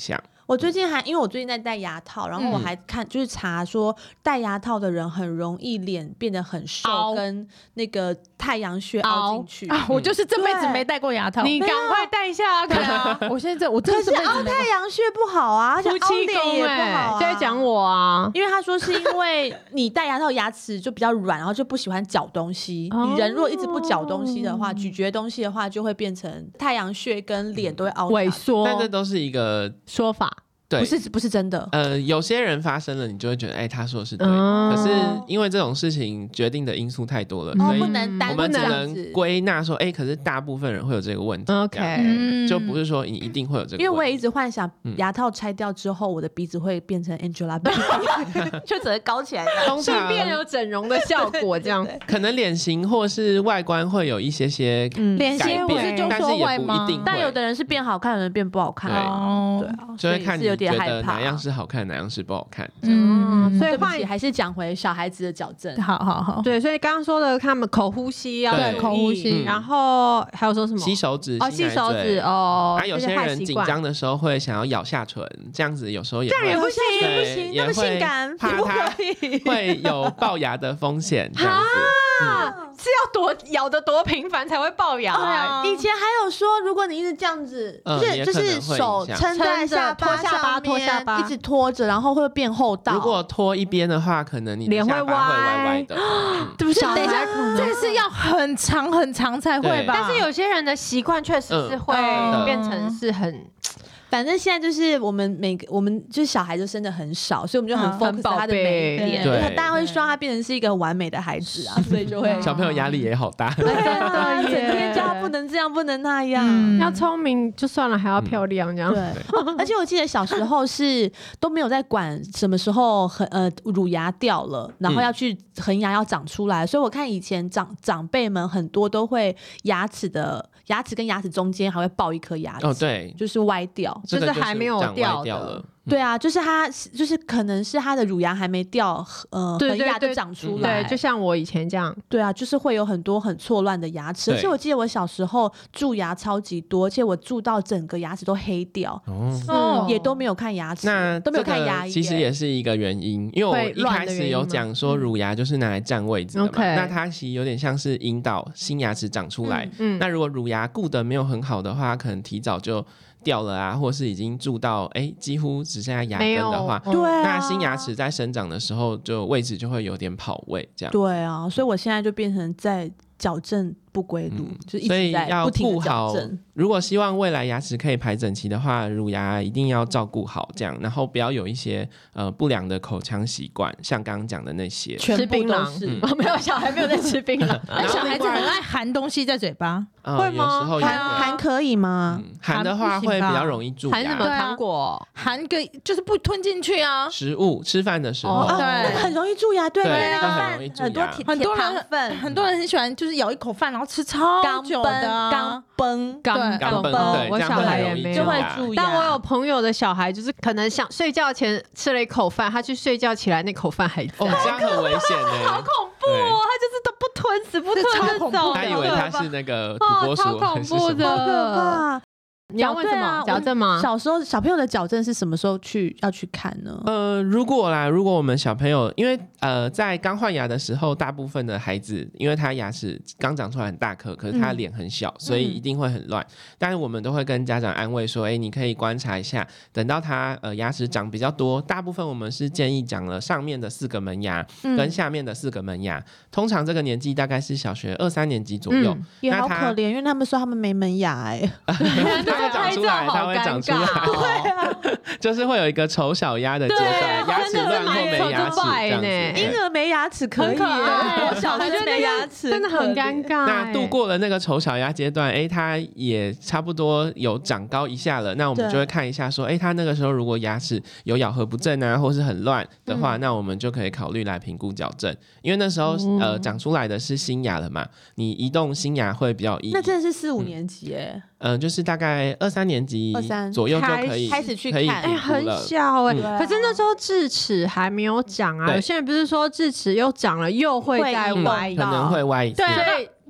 我最近还因为我最近在戴牙套，然后我还看、嗯、就是查说戴牙套的人很容易脸变得很瘦，跟那个太阳穴凹进去啊！我就是这辈子没戴过牙套， 你赶快戴一下啊！可啊， 我现在我真的是凹太阳穴不好啊，而且凹脸也不好啊。 就在讲我啊， 因为他说是因为你戴牙套牙齿就比较软，然后就不喜欢嚼东西。哦、你人如果一直不嚼东西的话，咀嚼东西的话，就会变成太阳穴跟脸都会凹萎缩。 但这都是一个说法。 对， 不是不是真的。 呃，有些人发生了，你就会觉得，哎、欸，他说的是对的、嗯。可是因为这种事情决定的因素太多了， 哦、 所以不能单我们只能归纳说，哎、欸，可是大部分人会有这个问题。 OK， 就不是说你一定会有这个问题。 因为我也一直幻想牙套拆掉之后，我的鼻子会变成 Angelababy， 就整个高起来， 顺便有整容的效果，这样。 可能脸型或是外观会有一些些脸型不是就说外吗？ 但有的人是变好看，有的人变不好看。 哦， 对啊， 就会看你有点害怕哪样是好看，哪样是不好看。 嗯，所以换还是讲回小孩子的矫正。 好好好， 对，所以刚刚说的，他们口呼吸要对口呼吸， 然后还有说什么？ 吸手指， 哦，吸手指哦。 啊，有些人紧张的时候会想要咬下唇，这样子有时候也这样也不行， 不行，那么性感， 怕他会有龅牙的风险。这样子。 啊，是要多咬的多频繁才会龅牙啊！ 以前还有说，如果你一直这样子， 嗯、 就是就是手撑在下巴上面， 拖下巴， 一直拖着，然后会变厚道。 如果拖一边的话，可能你脸会歪歪歪的。 对不是？等一下，这个是要很长很长才会吧？ 但是有些人的习惯确实是会变成是很。 反正现在就是我们每个我们就是小孩就生的很少，所以我们就很 focus 他的美点，大家会希望他变成是一个完美的孩子啊，所以就会小朋友压力也好大， 真的，整天叫他不能这样，不能那样，嗯、 要聪明就算了，还要漂亮这样。 对，而且我记得小时候是都没有在管什么时候很呃乳牙掉了，然后要去恒牙要长出来，所以我看以前长长辈们很多都会牙齿的。牙齿跟牙齿中间还会爆一颗牙齿， 哦，对， 就是歪掉， 就是还没有掉的。 了对啊，就是它，就是可能是它的乳牙还没掉，呃，恒牙就长出来， 对，就像我以前这样。 对啊，就是会有很多很错乱的牙齿，而且我记得我小时候蛀牙超级多，而且我蛀到整个牙齿都黑掉，哦，也都没有看牙齿， 那都没有看牙医， 其实也是一个原因，因为我一开始有讲说乳牙就是拿来占位置的嘛，嗯、那它其实有点像是引导新牙齿长出来，嗯嗯、那如果乳牙顾得没有很好的话，可能提早就掉了啊，或是已经蛀到哎几乎只剩下牙根的话， 对、啊， 那新牙齿在生长的时候就位置就会有点跑位，这样。 对啊，所以我现在就变成在矫正不归路，嗯、就一直在不停地矫正。 如果希望未来牙齿可以排整齐的话，乳牙一定要照顾好，这样，然后不要有一些呃不良的口腔习惯，像刚刚讲的那些， 吃槟榔是、嗯哦，没有小孩没有在吃槟榔， 但小孩子很爱含东西在嘴巴， 呃、 会吗？ 有时候含含可以吗？ 嗯、含的话会比较容易蛀牙。 含什么糖果？ 含个就是不吞进去啊。 食物吃饭的时候， 哦、对，很容易蛀牙，对对啊， 很容易蛀牙。 很多很多人粉， 很多人很喜欢就是咬一口饭然后吃超久的、啊， 刚崩刚刚崩， 我小孩也没有， 就会蛀牙。 但我有朋友的小孩，就是可能想睡觉前吃了一口饭，他去睡觉起来那口饭还在， 哦，这样很危险的， 好恐怖哦！他就是都不吞，死不吞就走， 他以为他是那个土拨鼠， 超恐怖的， 好可怕。 你要问什么矫正吗？ 小时候小朋友的矫正是什么时候去要去看呢？ 呃，如果啦，如果我们小朋友，因为呃，在刚换牙的时候，大部分的孩子，因为他牙齿刚长出来很大颗，可是他脸很小，嗯、所以一定会很乱。嗯、但是我们都会跟家长安慰说，哎、欸，你可以观察一下，等到他呃牙齿长比较多，大部分我们是建议长了上面的四个门牙、嗯、跟下面的四个门牙。通常这个年纪大概是小学二三年级左右，嗯、 也好可怜，因为他们说他们没门牙哎、 欸。会长出来，它会长出来， 对啊， 就是会有一个丑小鸭的阶段，牙齿乱或没牙齿这样子。 婴儿没牙齿可以，我小孩就没牙齿， 真的很尴尬。 那度过了那个丑小鸭阶段，哎，它也差不多有长高一下了，那我们就会看一下说，哎，它那个时候如果牙齿有咬合不正啊，或是很乱的话，那我们就可以考虑来评估矫正，因为那时候呃长出来的是新牙了嘛，你移动新牙会比较有意义。 那真的是四五年级哎。 嗯，就是大概二三年级左右就可以开始去看， 哎，很小哎、欸嗯。可是那时候智齿还没有长啊，有些人不是说智齿又长了又会再歪、 嗯，可能会歪一次。 对，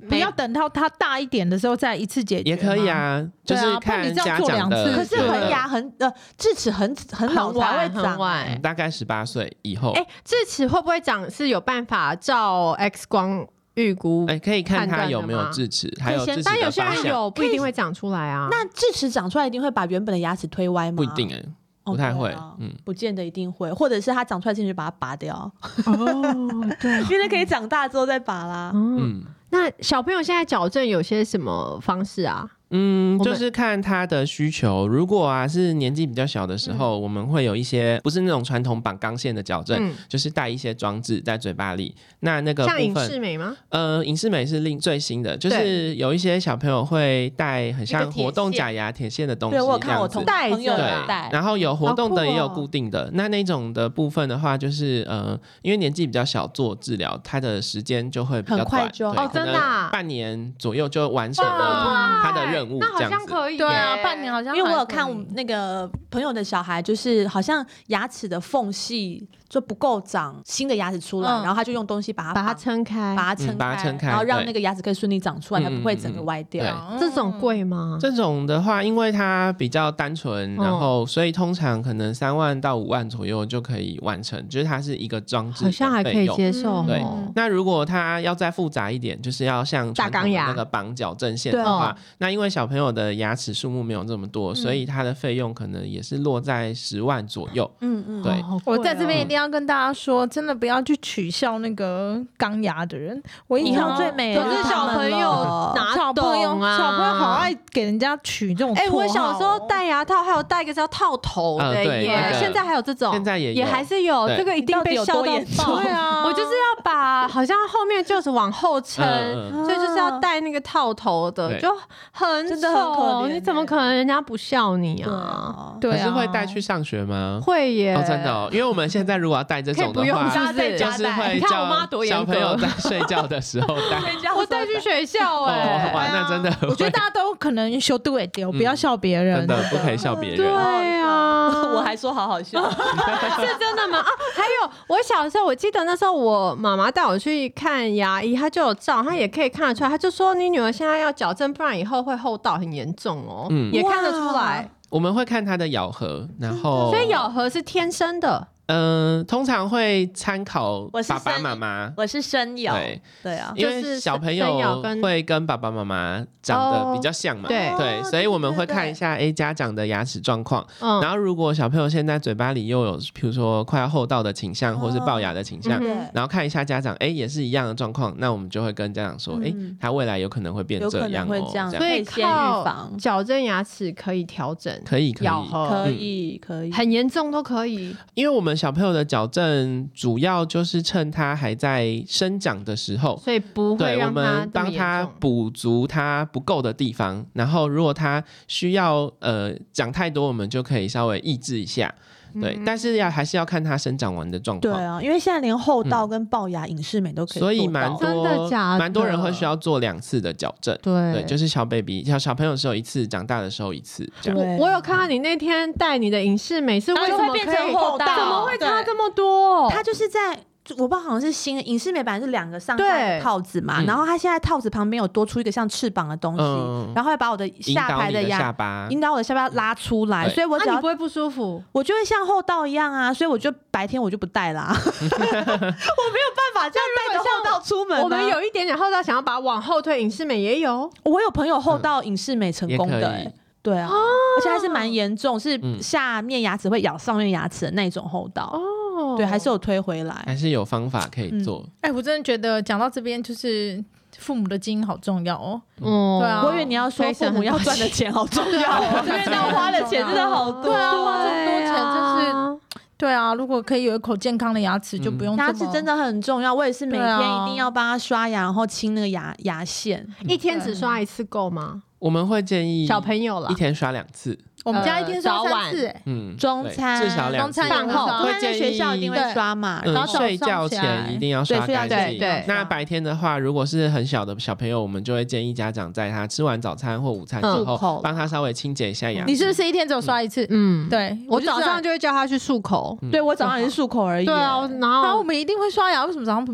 不要等到它大一点的时候再一次解决， 也可以啊，就是看家长的。 可是恒牙很呃智齿很很老才会长， 嗯、大概十八岁以后。 哎、欸，智齿会不会长是有办法照 X 光预估？ 哎、欸，可以看它有没有智齿，还有智齿的但有些人有不一定会长出来啊。 那智齿长出来一定会把原本的牙齿推歪吗？ 不一定哎、欸。不太会， okay 啊、 嗯， 不见得一定会，或者是它长出来进去把它拔掉。哦，对，因为可以长大之后再拔啦。 嗯，那小朋友现在矫正有些什么方式啊？ 嗯，就是看他的需求。如果啊是年纪比较小的时候，嗯、我们会有一些不是那种传统绑钢线的矫正，嗯、就是带一些装置在嘴巴里。那那个部分像隐适美吗？ 呃，隐适美是另最新的，就是有一些小朋友会带很像活动假牙铁线的东西， 对我有看我同带朋友带， 然后有活动的也有固定的。哦、那那种的部分的话，就是呃，因为年纪比较小做治疗，它的时间就会比较短， 哦，真的、啊， 半年左右就完成了他的任务，这样子。 对啊，半年好像， 因为我有看那个朋友的小孩，就是好像牙齿的缝隙就不够长新的牙齿出来，嗯、然后他就用东西把它把它撑开， 把它撑开， 嗯、把它撑开， 然后让那个牙齿可以顺利长出来，它不会整个歪掉。 嗯、这种贵吗？ 这种的话，因为它比较单纯，然后所以通常可能三万到五万左右就可以完成，就是它是一个装置， 好像还可以接受。 对，那如果它要再复杂一点，就是要像传统的那个绑矫正线的话，那因为小朋友的牙齿数目没有这么多，嗯、所以它的费用可能也是落在十万左右。嗯嗯，对、 哦。我在这边一定要跟大家说，真的不要去取笑那个钢牙的人。我印象最美的可是小朋友哪懂啊？ 小朋友好爱给人家取这种绰号。哎、 欸，我小时候戴牙套，还有戴一个叫套头的耶、 呃。 现在还有这种， 现在也有也还是有。这个一定被笑到爆。 对啊， 我就是要把好像后面就是往后撑，嗯、所以就是要戴那个套头的，就很真的很可怜。 你怎么可能人家不笑你啊？ 对啊， 可是会带去上学吗？ 会耶， 哦，真的哦，因为我们现在如果要带这种的话， 是不是就是会叫小朋友在睡觉的时候带。 我带去学校哎、 欸，哇，那真的， 我觉得大家都可能羞度也丢，不要笑别人， 真的不可以笑别人。 对啊， 我还说好好笑， 是真的吗？啊，还有我小时候，我记得那时候我妈妈带我去看牙医，她就有照，她也可以看得出来，她就说你女儿现在要矫正，不然以后会后道很严重哦，嗯，也看得出来。 我们会看她的咬合，然后所以咬合是天生的。 嗯、呃，通常会参考爸爸妈妈。 我是生咬， 对对啊， 因为小朋友会跟爸爸妈妈长得比较像嘛， 对对，所以我们会看一下，哎，家长的牙齿状况。嗯，然后如果小朋友现在嘴巴里又有，比如说快要后道的倾向，或是龅牙的倾向，嗯、然后看一下家长，哎，也是一样的状况，那我们就会跟家长说，哎、嗯，他未来有可能会变这样哦， 这样， 所以先预防矫正牙齿可以调整， 可以，可以， 咬合可以，可以， 很严重都可以， 因为我们小朋友的矫正。正主要就是趁他还在生长的时候， 所以不会让他对我们帮他补足他不够的地方，然后如果他需要呃长太多，我们就可以稍微抑制一下。对，嗯、但是要还是要看它生长完的状况。 对啊，因为现在连后道跟龅牙、隐适美都可以做到， 所以蛮多蛮多人会需要做两次的矫正。 对， 对，就是小 baby 小小朋友的时候一次，长大的时候一次。这样。 我我有看到你那天带你的隐适美是为什么变成后道？ 怎么会差这么多？ 它就是在。我不知道好像是新的隐适美本来是两个上下的套子嘛，然后它现在套子旁边有多出一个像翅膀的东西，嗯、然后会把我的下排的牙引导我的下巴拉出来，所以我只要、 啊、你不会不舒服， 我就会像后道一样啊，所以我就白天我就不戴啦，我没有办法这样带着后道出门、啊。 我们有一点点后道，想要把它往后推，隐适美也有， 我有朋友后道隐适美成功的、欸。对啊，哦、而且还是蛮严重，是下面牙齿会咬上面牙齿的那种后道。哦，对，还是有推回来， 还是有方法可以做。 哎、嗯欸，我真的觉得讲到这边，就是父母的基因好重要哦。嗯，对啊， 我以为你要说父母要赚的钱好重要，我这边要花的钱真的好多， 对啊，花这么多钱真是。对啊，如果可以有一口健康的牙齿，就不用、嗯、 牙齿真的很重要。我也是每天一定要帮他刷牙，然后清那个牙牙线。 一天只刷一次够吗？ 我们会建议小朋友啦， 一天刷两次。 我们家一天刷三次、欸， 嗯， 中餐至少两次， 饭后， 会建议学校一定会刷嘛， 嗯、 然后睡觉前一定要刷干净。 对对。 那白天的话，如果是很小的小朋友，我们就会建议家长在他吃完早餐或午餐之后，帮、嗯、他稍微清洁一下牙齿。 你是不是一天只有刷一次？嗯，对， 我早上就会叫他去漱口。 嗯、对我早上也是漱口而已。 对啊，然后然后我们一定会刷牙，为什么早上没有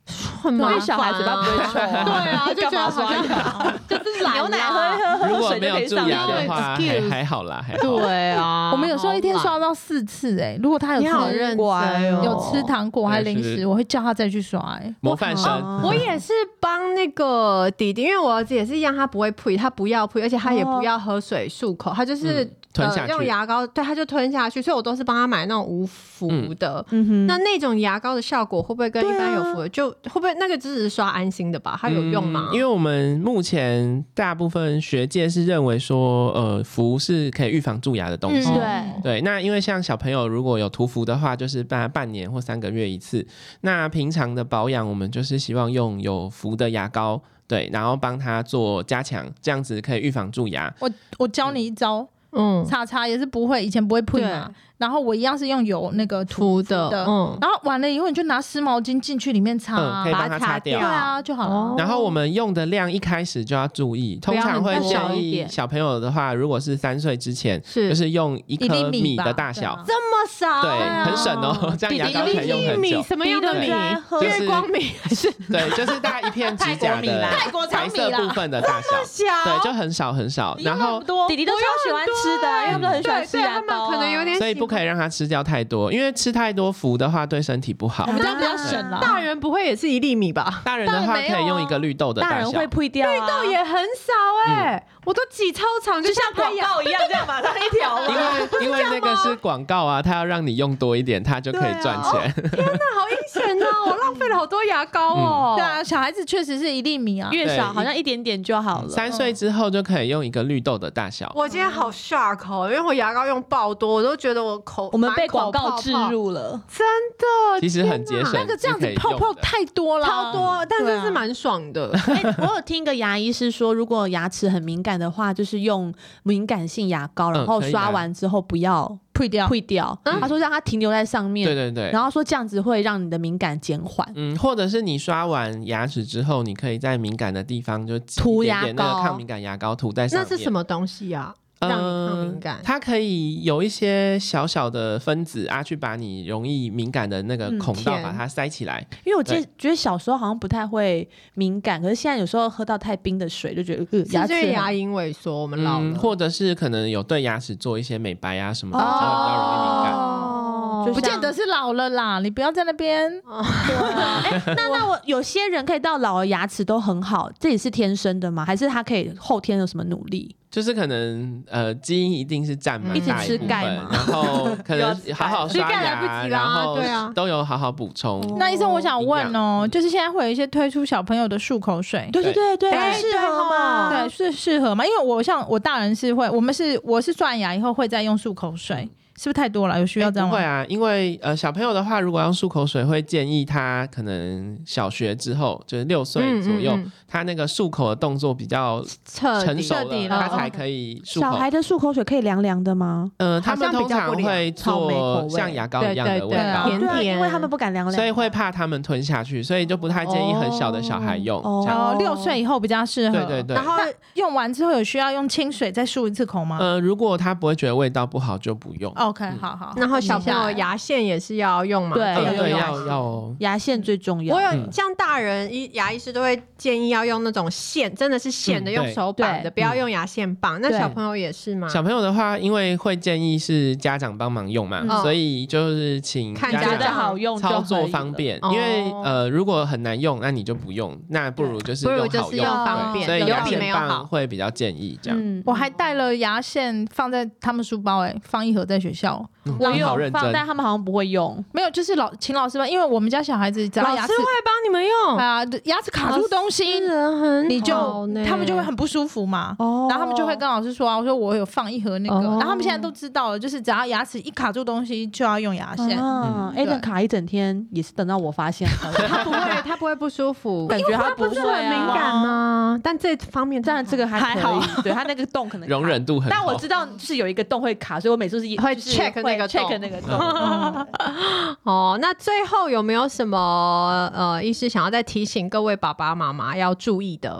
很麻烦、啊， 因为小孩嘴巴不会臭、啊， 对啊，就觉得好像就是懒、啊， 牛奶喝一喝， 如果没有水就可以蛀牙上来的话，还还好啦，还好。 对啊， 我们有时候一天刷到四次哎、欸，如果他有你好吃认真哦有吃糖果还是零食，我会叫他再去刷哎、欸。 模范生， 哦我也是帮那个弟弟，因为我儿子也是一样，他不会呸，他不要呸，而且他也不要喝水漱口，他就是、 嗯、吞下去、 呃、用牙膏，对，他就吞下去，所以我都是帮他买那种无氟的。 嗯哼， 那那种牙膏的效果会不会跟一般有氟的、啊、就会不会那个只是刷安心的吧？它有用吗、 嗯？因为我们目前大部分学界是认为说，呃，氟是可以预防蛀牙的东西。 嗯、 对对，那因为像小朋友如果有涂氟的话，就是半半年或三个月一次。那平常的保养，我们就是希望用有氟的牙膏，对，然后帮他做加强，这样子可以预防蛀牙。 我我教你一招， 嗯， 擦擦也是不会，以前不会喷嘛。然后我一样是用有那个涂的，嗯，然后完了以后你就拿湿毛巾进去里面擦、 嗯，可以帮它擦掉， 对啊就好了、哦。 然后我们用的量一开始就要注意，通常会建议小朋友的话，如果是三岁之前，是就是用一颗米的大小， 这么少， 对，很省哦，这样牙膏可以用很久。 什么样的米？月光米还是？ 对，就是大概一片指甲的白色部分的大小，对，就很少很少。然后弟弟都超喜欢吃的，因为他们很喜欢吃牙膏， 可能有点， 所以不可以让他吃掉太多，因为吃太多氟的话对身体不好。 我们这样比较省了。 大人不会也是一粒米吧？ 大人的话可以用一个绿豆的大小， 大人会配掉， 绿豆也很少哎、欸嗯，我都挤超长， 就像广告一样，这样马上一条。 因为因为那个是广告啊，他要让你用多一点，他就可以赚钱。 啊哦、天哪，好阴险哦！我浪费了好多牙膏哦。 嗯、对啊，小孩子确实是一粒米啊， 越少好像一点点就好了。 三岁之后就可以用一个绿豆的大小。 我今天好 shock 哦，因为我牙膏用爆多，我都觉得我口我们被广告置入了， 真的， 其实很节省。 那个这样子泡泡太多了， 超多，但是是蛮爽的。 欸、我有听一个牙医是说，如果牙齿很敏感的话，就是用敏感性牙膏，然后刷完之后不要退掉， 退掉。嗯、他说让它停留在上面， 对对对， 然后说这样子会让你的敏感减缓。 嗯，或者是你刷完牙齿之后，你可以在敏感的地方就涂牙膏， 那个抗敏感牙膏涂在上面。 那是什么东西啊？让你抗敏感、 呃，它可以有一些小小的分子啊，去把你容易敏感的那个孔道把它塞起来。 嗯、因为我记得觉得小时候好像不太会敏感，可是现在有时候喝到太冰的水就觉得、呃、牙齿牙龈萎缩，我们老了、 嗯，或者是可能有对牙齿做一些美白啊什么的，就、哦、比较容易敏感。 哦，不见得是老了啦，你不要在那边。哦欸、那那我有些人可以到老了牙齿都很好，这也是天生的吗？还是他可以后天有什么努力？ 就是可能呃基因一定是占蛮大一部分，然后可能好好刷牙，然后都有好好补充。 那医生，我想问哦，就是现在会有一些推出小朋友的漱口水， 对对对对，适合吗？ 对，是适合吗？因为我像我大人是会，我们是我是刷完牙以后会再用漱口水。是不是太多了？有需要这样吗？ 欸、不会啊，因为呃小朋友的话，如果用漱口水，会建议他可能小学之后，就是六岁左右，嗯嗯嗯他那个漱口的动作比较成熟了，他才可以漱口。 小孩的漱口水可以凉凉的吗？ 呃，他们通常会做像牙膏一样的味道， 甜甜，因为他们不敢凉凉， 所以会怕他们吞下去，所以就不太建议很小的小孩用。 哦，哦六岁以后比较适合。 对对对。 然后用完之后有需要用清水再漱一次口吗？ 呃，如果他不会觉得味道不好，就不用。 OK，、嗯、好好。 然后小朋友牙线也是要用嘛？ 对， 嗯、对要要牙线最重要。 我有像大人医牙医师都会建议要用那种线，真的是线的，嗯、用手绑的，不要用牙线棒。那小朋友也是吗？ 小朋友的话，因为会建议是家长帮忙用嘛，嗯、所以就是请家长好用操作方便。因为呃，如果很难用，那你就不用，那不如就是用好用， 方便， 所以牙线棒会比较建议这样。 嗯、我还带了牙线放在他们书包，哎，放一盒在学校。 嗯、 我有放，但他们好像不会用。 没有，就是老请老师吧，因为我们家小孩子只要牙齿老师会帮你们用啊，牙齿卡住东西，你就他们就会很不舒服嘛。哦，然后他们就会跟老师说啊，我说我有放一盒那个，哦、然后他们现在都知道了，就是只要牙齿一卡住东西就要用牙线。 嗯，哎，那卡一整天也是等到我发现他不会，他不会不舒服， 感觉他不是很敏感吗？但这方面当然这个还可以，对他那个洞可能容忍度很高， 但我知道就是有一个洞会卡，所以我每次是会 check 那个 check 那个洞。 哦，那最后有没有什么呃医师想要再提醒各位爸爸妈妈要注意的？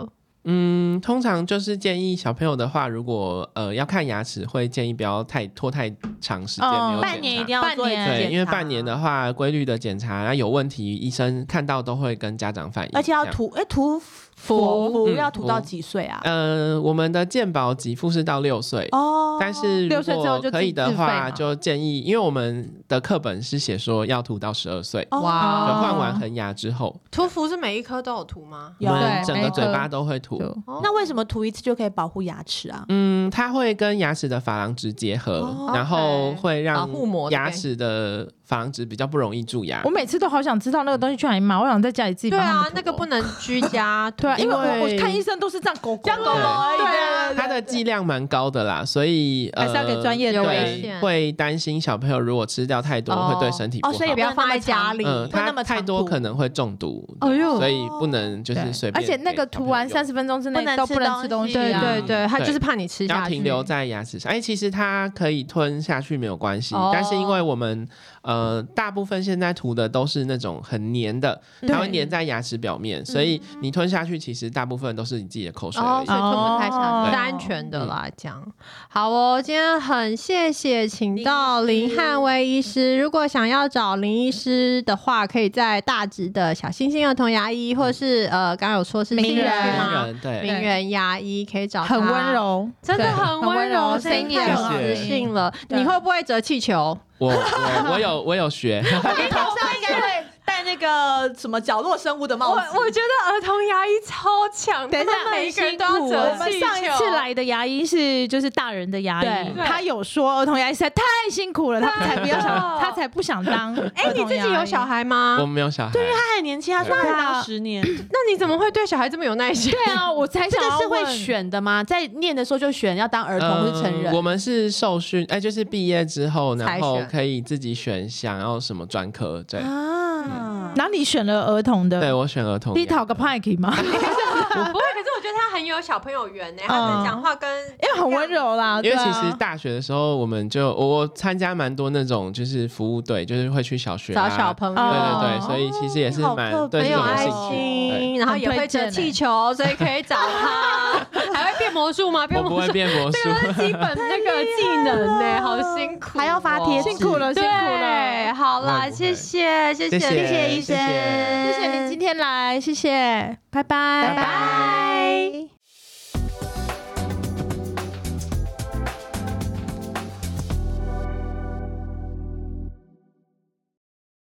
嗯，通常就是建议小朋友的话，如果呃要看牙齿，会建议不要太拖太长时间，没有检查， 半年一定要做一次检查。 对，因为半年的话，规律的检查，有问题，医生看到都会跟家长反映， 而且要涂，哎，涂氟氟要涂到几岁啊？ 呃，我们的健保给付是到六岁哦，但是如果可以的话，就建议，因为我们的课本是写说要涂到十二岁，哇，就换完恒牙之后， 涂氟是每一颗都有涂吗？ 我们整个嘴巴都会涂。 那为什么涂一次就可以保护牙齿啊？ 嗯，它会跟牙齿的珐琅质结合，哦、然后会让牙齿的珐琅质比较不容易蛀牙。 我每次都好想知道那个东西去哪里买，我想在家里自己帮他们涂。 对啊，那个不能居家对啊，因为我我看医生都是这样狗狗这样狗狗而已。 对啊，它的剂量蛮高的啦，所以、呃、 还是要给专业的。 对，会担心小朋友如果吃掉太多、哦、会对身体不好， 哦，所以不要放在家里， 嗯，它太多可能会中毒，哦哟，所以不能就是随便。 而且那个涂完三十分钟之内都不能吃东西、啊， 对对对，它就是怕你吃下去， 要停留在牙齿上。哎，其实它可以吞下去没有关系，哦、但是因为我们呃大部分现在涂的都是那种很黏的，它会黏在牙齿表面，所以你吞下去其实大部分都是你自己的口水而已， 哦、所以吞不太下去，是安全的啦。这样好哦，今天很谢谢请到林汉威医师。如果想要找林医师的话，可以在大直的小星星儿童牙医，或是呃刚刚有说是名人吗？对， 名人牙医可以找他， 很温柔， 真的很温柔，声音太有磁性了。你会不会折气球？ 我我我有我有学， 你头上应该会戴那个什么角落生物的帽子。 我我觉得儿童牙医超强， 等一下每个人都要折气球。 我们上一次来的牙医是就是大人的牙医，他有说儿童牙医实在太辛苦了，他才不要想，他才不想当。 哎，你自己有小孩吗？ 我没有小孩。 对，因为他很年轻，他说他当十年。 那你怎么会对小孩这么有耐心？ 对啊，我才想要这个是会选的吗？在念的时候就选要当儿童或是成人？ 我们是受训，哎，就是毕业之后，然后可以自己选想要什么专科，对啊。哪里选了儿童的？ 对，我选儿童。 你讨个派可以吗？ 不会，可是我觉得他很有小朋友缘呢，他的讲话跟因为很温柔啦。 因为其实大学的时候，我们就我参加蛮多那种就是服务队，就是会去小学找小朋友， 对对对，所以其实也是蛮很有爱心，然后也会折气球，所以可以找他。还会变魔术吗？ 我不会变魔术， 这个是基本那个技能呢，好辛苦， 还要发贴纸， 辛苦了，辛苦了。 好啦，谢谢，谢谢， 谢谢医生， 谢谢您今天来，谢谢，拜拜， 拜拜。